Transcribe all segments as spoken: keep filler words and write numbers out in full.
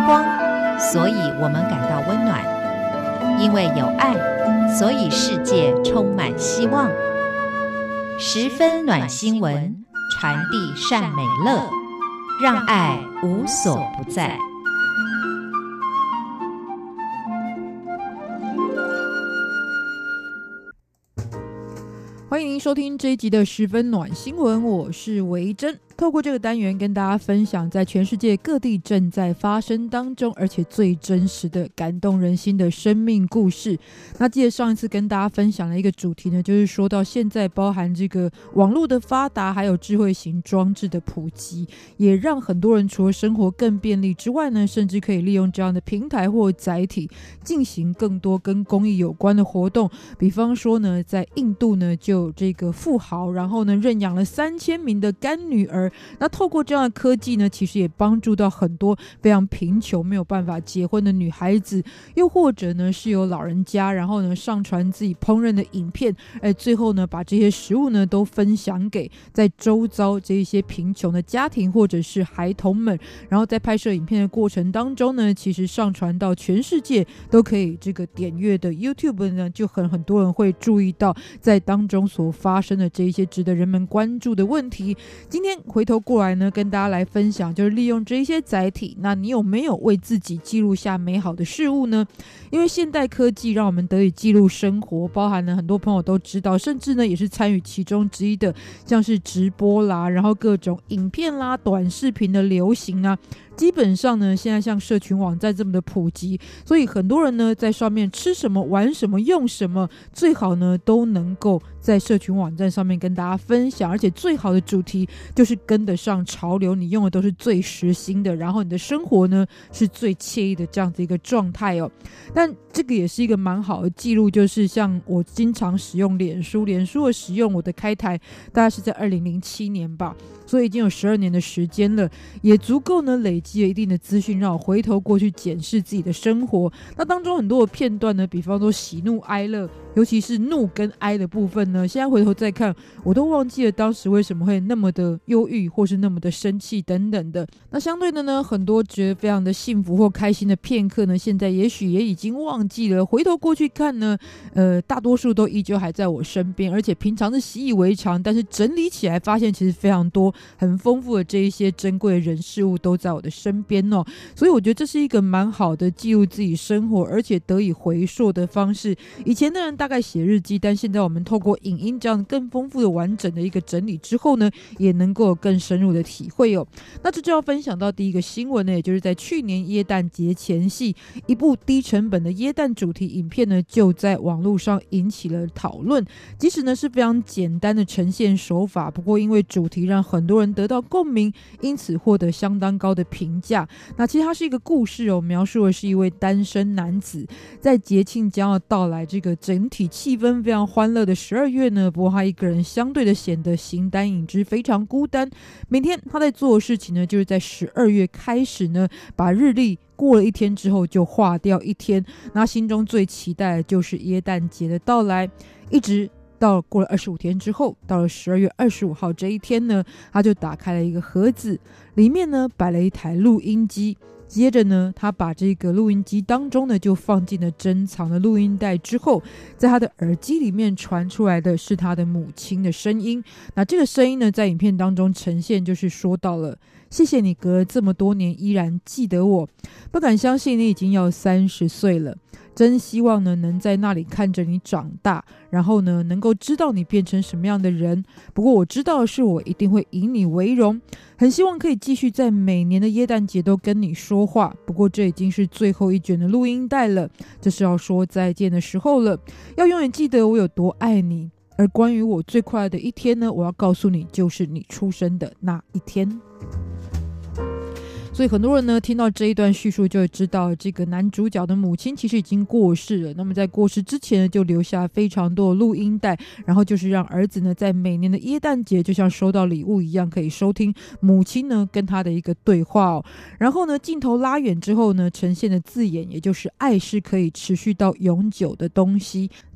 光，所以我们感到温暖；因为有爱，所以世界充满希望。十分暖新闻，传递善美乐，让爱无所不在。 欢迎您收听这一集的十分暖新闻，我是维珍。透过这个单元跟大家分享在全世界各地正在发生当中，而且最真实的感动人心的生命故事。那记得上一次跟大家分享了一个主题呢，就是说到现在包含这个网络的发达，还有智慧型装置的普及，也让很多人除了生活更便利之外呢，甚至可以利用这样的平台或载体进行更多跟公益有关的活动。比方说呢，在印度呢就有这个富豪，然后呢认养了三千名的干女儿。那透过这样的科技呢，其实也帮助到很多非常贫穷没有办法结婚的女孩子，又或者呢是有老人家，然后呢上传自己烹饪的影片，哎，最后呢把这些食物呢都分享给在周遭这一些贫穷的家庭或者是孩童们，然后在拍摄影片的过程当中呢，其实上传到全世界都可以这个点阅的 YouTube 呢，就很很多人会注意到在当中所发生的这一些值得人们关注的问题。今天回头过来呢，跟大家来分享，就是利用这一些载体，那你有没有为自己记录下美好的事物呢？因为现代科技让我们得以记录生活，包含了很多朋友都知道，甚至呢也是参与其中之一的，像是直播啦，然后各种影片啦、短视频的流行啊。基本上呢，现在像社群网站这么的普及，所以很多人呢在上面吃什么、玩什么、用什么，最好呢都能够在社群网站上面跟大家分享，而且最好的主题就是跟得上潮流，你用的都是最时兴的，然后你的生活呢是最惬意的这样子一个状态哦。但这个也是一个蛮好的记录，就是像我经常使用脸书，脸书的使用，我的开台大概是在二零零七年吧，所以已经有十二年的时间了，也足够呢累积了一定的资讯，让我回头过去检视自己的生活。那当中很多的片段呢，比方说喜怒哀乐，尤其是怒跟哀的部分呢，现在回头再看，我都忘记了当时为什么会那么的忧郁，或是那么的生气等等的。那相对的呢，很多觉得非常的幸福或开心的片刻呢，现在也许也已经忘记了。回头过去看呢，呃，大多数都依旧还在我身边，而且平常是习以为常，但是整理起来发现其实非常多很丰富的这一些珍贵的人事物都在我的身边哦。所以我觉得这是一个蛮好的记录自己生活而且得以回溯的方式。以前的人大概写日记，但现在我们透过影音这样更丰富的完整的一个整理之后呢，也能够有更深入的体会哦。那这就要分享到第一个新闻呢，也就是在去年耶诞节前夕，一部低成本的耶诞主题影片呢，就在网络上引起了讨论。即使呢是非常简单的呈现手法，不过因为主题让很多人得到共鸣，因此获得相当高的评价。那其实它是一个故事哦，描述的是一位单身男子在节庆将要到来，这个整体气氛非常欢乐的十二月呢，不过他一个人相对的显得形单影只，非常孤单。每天他在做的事情呢，就是在十二月开始呢，把日历过了一天之后就划掉一天，那心中最期待的就是耶诞节的到来，一直到过了二十五天之后，到了十二月二十五号这一天呢，他就打开了一个盒子，里面呢摆了一台录音机。接着呢，他把这个录音机当中呢就放进了珍藏的录音带之后，在他的耳机里面传出来的是他的母亲的声音。那这个声音呢，在影片当中呈现，就是说到了：谢谢你隔了这么多年依然记得我，不敢相信你已经要三十岁了，真希望呢能在那里看着你长大，然后呢能够知道你变成什么样的人。不过我知道的是，我一定会以你为荣，很希望可以继续在每年的耶诞节都跟你说话。不过这已经是最后一卷的录音带了，这是要说再见的时候了，要永远记得我有多爱你。而关于我最快乐的一天呢，我要告诉你，就是你出生的那一天。所以很多人呢听到这一段叙述就会知道，这个男主角的母亲其实已经过世了。那么在过世之前呢，就留下非常多的录音带，然后就是让儿子呢在每年的耶诞节就像收到礼物一样，可以收听母亲呢跟他的一个对话哦。然后呢镜头拉远之后呢，呈现的字眼也就是爱是可以持续到永久的东西。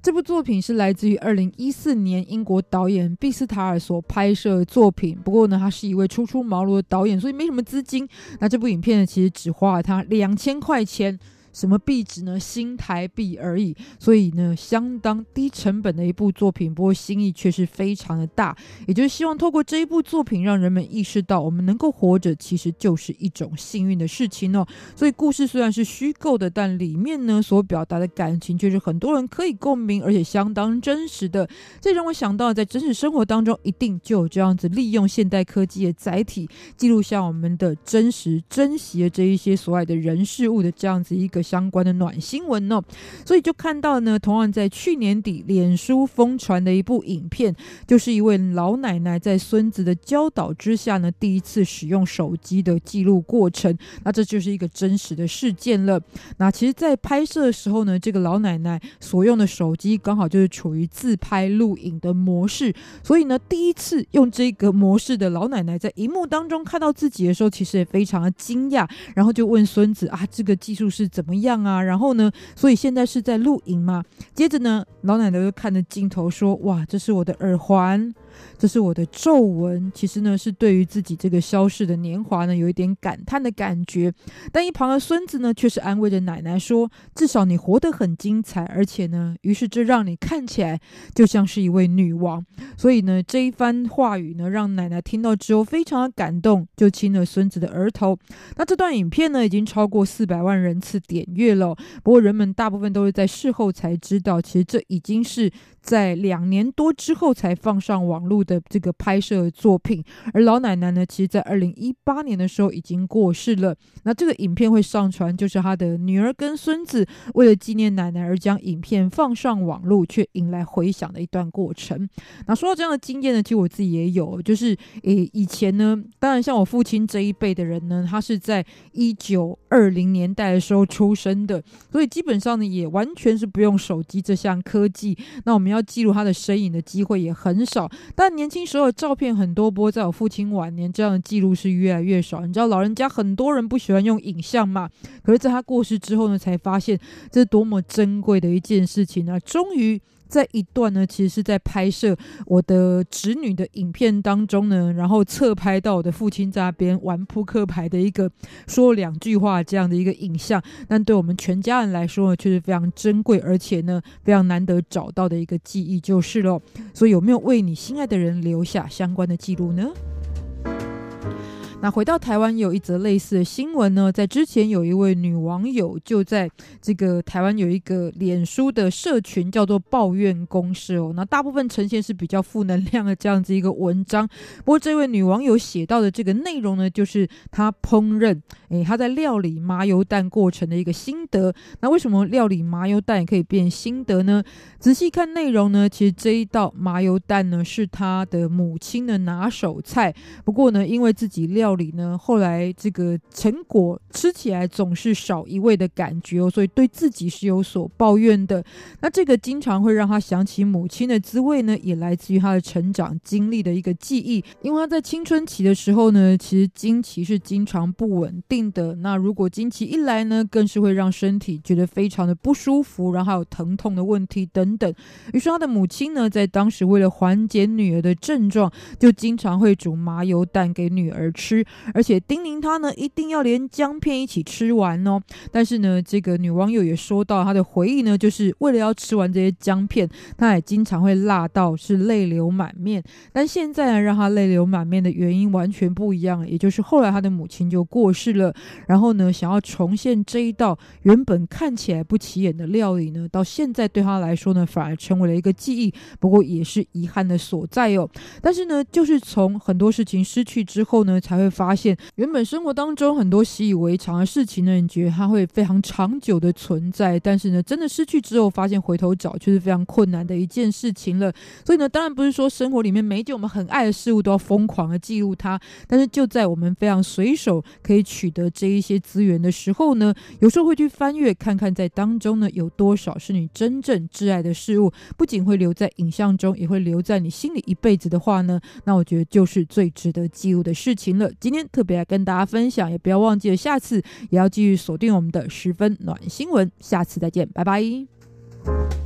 这部作品是来自于二零一四年英国导演毕斯塔尔所拍摄的作品，不过呢，他是一位初出茅庐的导演，所以没什么资金。那这部影片呢，其实只花了他两千块钱。什么币值呢？新台币而已，所以呢，相当低成本的一部作品，不过心意却是非常的大，也就是希望透过这一部作品，让人们意识到我们能够活着，其实就是一种幸运的事情哦。所以故事虽然是虚构的，但里面呢所表达的感情，却是很多人可以共鸣，而且相当真实的。这让我想到，在真实生活当中，一定就有这样子利用现代科技的载体，记录下我们的真实、珍惜的这一些所谓的人事物的这样子一个相关的暖新闻哦，所以就看到呢，同样在去年底脸书疯传的一部影片，就是一位老奶奶在孙子的教导之下呢，第一次使用手机的记录过程。那这就是一个真实的事件了。那其实在拍摄的时候呢，这个老奶奶所用的手机刚好就是处于自拍录影的模式，所以呢，第一次用这个模式的老奶奶在荧幕当中看到自己的时候，其实也非常的惊讶，然后就问孙子啊，这个技术是怎么样啊？然后呢，所以现在是在录影嘛？接着呢，老奶奶就看着镜头说：“哇，这是我的耳环。”这是我的皱纹，其实呢是对于自己这个消逝的年华呢有一点感叹的感觉。但一旁的孙子呢却是安慰着奶奶说，至少你活得很精彩，而且呢于是这让你看起来就像是一位女王。所以呢这一番话语呢让奶奶听到之后非常的感动，就亲了孙子的额头。那这段影片呢已经超过四百万人次点阅了，不过人们大部分都是在事后才知道，其实这已经是在两年多之后才放上网络的这个拍摄的作品。而老奶奶呢，其实在二零一八年的时候已经过世了。那这个影片会上传，就是她的女儿跟孙子为了纪念奶奶而将影片放上网络，却引来回响的一段过程。那说到这样的经验呢，其实我自己也有，就是诶以前呢，当然像我父亲这一辈的人呢，他是在一九二零年代的时候出生的，所以基本上呢也完全是不用手机这项科技。那我们要记录他的身影的机会也很少，但年轻时候的照片很多，不过在我父亲晚年，这样的记录是越来越少。你知道老人家很多人不喜欢用影像嘛，可是在他过世之后呢，才发现这是多么珍贵的一件事情啊！终于在一段呢，其实是在拍摄我的侄女的影片当中呢，然后侧拍到我的父亲在那边玩扑克牌的一个说两句话这样的一个影像，但对我们全家人来说呢，却是非常珍贵，而且呢非常难得找到的一个记忆就是了。所以有没有为你心爱的人留下相关的记录呢？那回到台湾有一则类似的新闻呢，在之前有一位女网友就在这个台湾有一个脸书的社群叫做抱怨公社哦，那大部分呈现是比较负能量的这样子一个文章。不过这位女网友写到的这个内容呢，就是她烹饪诶她在料理麻油蛋过程的一个心得。那为什么料理麻油蛋也可以变心得呢？仔细看内容呢，其实这一道麻油蛋呢是她的母亲的拿手菜，不过呢因为自己料理呢后来这个成果吃起来总是少一味的感觉哦，所以对自己是有所抱怨的。那这个经常会让他想起母亲的滋味呢，也来自于他的成长经历的一个记忆。因为他在青春期的时候呢，其实经期是经常不稳定的，那如果经期一来呢，更是会让身体觉得非常的不舒服，然后还有疼痛的问题等等。于是他的母亲呢，在当时为了缓解女儿的症状，就经常会煮麻油蛋给女儿吃，而且叮咛她呢一定要连姜片一起吃完哦。但是呢这个女网友也说到她的回忆呢，就是为了要吃完这些姜片，她也经常会辣到是泪流满面。但现在呢让她泪流满面的原因完全不一样，也就是后来她的母亲就过世了，然后呢想要重现这一道原本看起来不起眼的料理呢，到现在对她来说呢反而成为了一个记忆，不过也是遗憾的所在哦。但是呢就是从很多事情失去之后呢，才会发现原本生活当中很多习以为常的事情呢，你觉得它会非常长久的存在，但是呢真的失去之后发现回头找却是非常困难的一件事情了。所以呢当然不是说生活里面每一件我们很爱的事物都要疯狂的记录它，但是就在我们非常随手可以取得这一些资源的时候呢，有时候会去翻阅看看在当中呢有多少是你真正挚爱的事物，不仅会留在影像中，也会留在你心里一辈子的话呢，那我觉得就是最值得记录的事情了。今天特别来跟大家分享，也不要忘记了下次也要继续锁定我们的十分暖新闻，下次再见，拜拜。